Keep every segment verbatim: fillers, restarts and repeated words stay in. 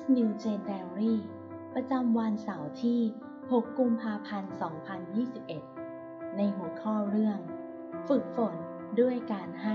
New Gen Diary ประจำวันเสาร์ที่ หก กุมภาพันธ์ สองพันยี่สิบเอ็ด ในหัวข้อเรื่อง ฝึกฝนด้วยการให้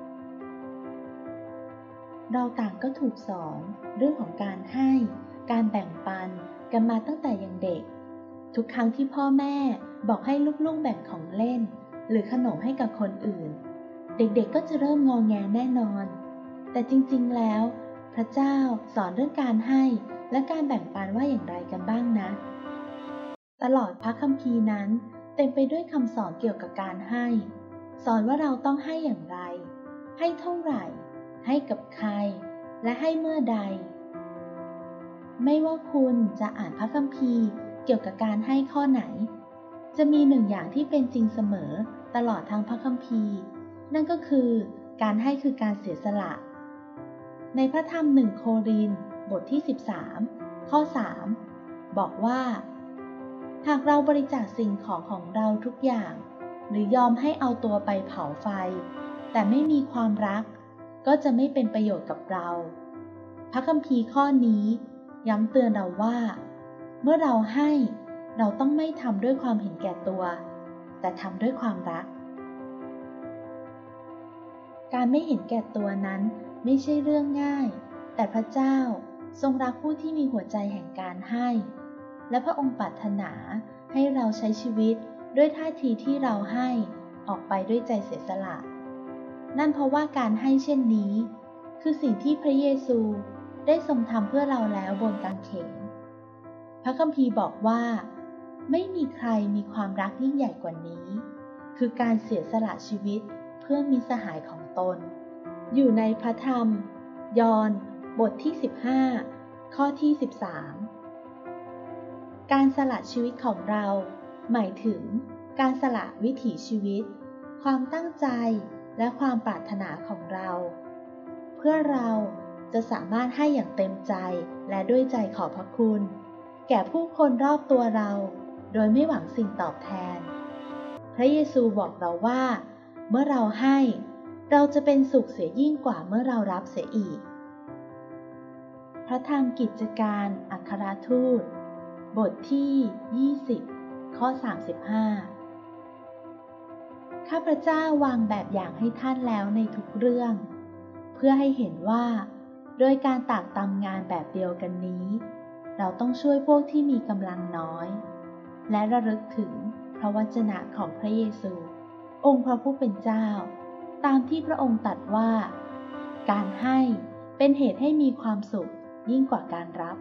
เราต่างก็ถูกสอนเรื่องของการให้ การแบ่งปันกันมาตั้งแต่ยังเด็ก ทุกครั้งที่พ่อแม่บอกให้ลูกๆแบ่งของเล่นหรือขนมให้กับคนอื่น เด็กๆก็จะเริ่มงอแงแน่นอน แต่จริงๆแล้วพระเจ้าสอนเรื่องการให้และการแบ่งปันว่าอย่างไรกันบ้างนะ ตลอดพระคัมภีร์นั้นเต็มไปด้วยคำสอนเกี่ยวกับการให้ สอนว่าเราต้องให้อย่างไร ให้เท่าไหร่ ให้กับใคร และให้เมื่อใด ไม่ว่าคุณจะอ่านพระคัมภีร์เกี่ยวกับการให้ข้อไหน จะมีหนึ่งอย่างที่เป็นจริงเสมอตลอดทั้งพระคัมภีร์ นั่นก็คือการให้คือการเสียสละ ในพระธรรมหนึ่งโครินธ์บทที่สิบสามข้อสามบอกว่าหากเราบริจาคสิ่งของของเราทุกอย่างหรือยอมให้เอาตัวไปเผาไฟแต่ไม่มีความรักก็จะไม่เป็นประโยชน์กับเราพระคัมภีร์ข้อนี้ย้ำเตือนเราว่าเมื่อเราให้เราต้องไม่ทำด้วยความเห็นแก่ตัวแต่ทำด้วยความรักการไม่เห็นแก่ตัวนั้นไม่ใช่เรื่องง่ายแต่พระเจ้าทรงรักผู้ที่มีหัวใจแห่งการให้และพระองค์ปรารถนาให้เราใช้ชีวิตด้วยท่าทีที่เราให้ออกไปด้วยใจเสียสละนั่นเพราะว่าการให้เช่นนี้คือสิ่งที่พระเยซูได้ทรงทำเพื่อเราแล้วบนกางเขนพระคัมภีร์บอกว่าไม่มีใครมีความรักยิ่งใหญ่กว่านี้คือการเสียสละชีวิตเพื่อมิตรสหายของตนอยู่ในพระธรรมยอห์นบทที่สิบห้าข้อที่สิบสามการสละชีวิตของเราหมายถึงการสละวิถีชีวิตความตั้งใจและความปรารถนาของเราเพื่อเราจะสามารถให้อย่างเต็มใจและด้วยใจขอบพระคุณแก่ผู้คนรอบตัวเราโดยไม่หวังสิ่งตอบแทนพระเยซูบอกเราว่าเมื่อเราให้เราจะเป็นสุขเสียยิ่งกว่าเมื่อเรารับเสียอีกพระธรรมกิจการอัครทูตบทที่ยี่สิบข้อสามสิบห้าข้าพเจ้าวางแบบอย่างให้ท่านแล้วในทุกเรื่องเพื่อให้เห็นว่าโดยการตากตำงานแบบเดียวกันนี้เราต้องช่วยพวกที่มีกำลังน้อยและระลึกถึงพระวจนะของพระเยซูองค์พระผู้เป็นเจ้าตามที่พระองค์ตรัสว่าการให้เป็นเหตุให้มีความสุขยิ่งกว่าการรับ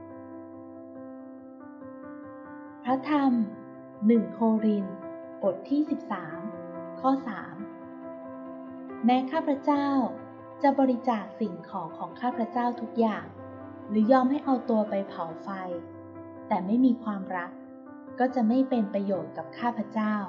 พระธรรมหนึ่งโครินธ์บทที่สิบสามข้อสามแม้ข้าพเจ้าจะบริจาคสิ่งของของข้าพเจ้าทุกอย่างหรือยอมให้เอาตัวไปเผาไฟแต่ไม่มีความรักก็จะไม่เป็นประโยชน์กับข้าพเจ้า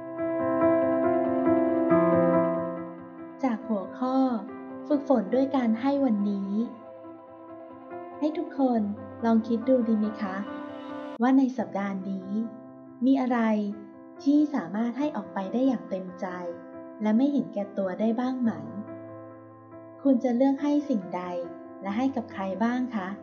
จากหัวข้อฝึกฝนด้วยการให้วันนี้ให้ทุกคนลองคิดดูดีไหมคะว่าในสัปดาห์นี้มีอะไรที่สามารถให้ออกไปได้อย่างเต็มใจและไม่เห็นแก่ตัวได้บ้างไหมคุณจะเลือกให้สิ่งใดและให้กับใครบ้างคะ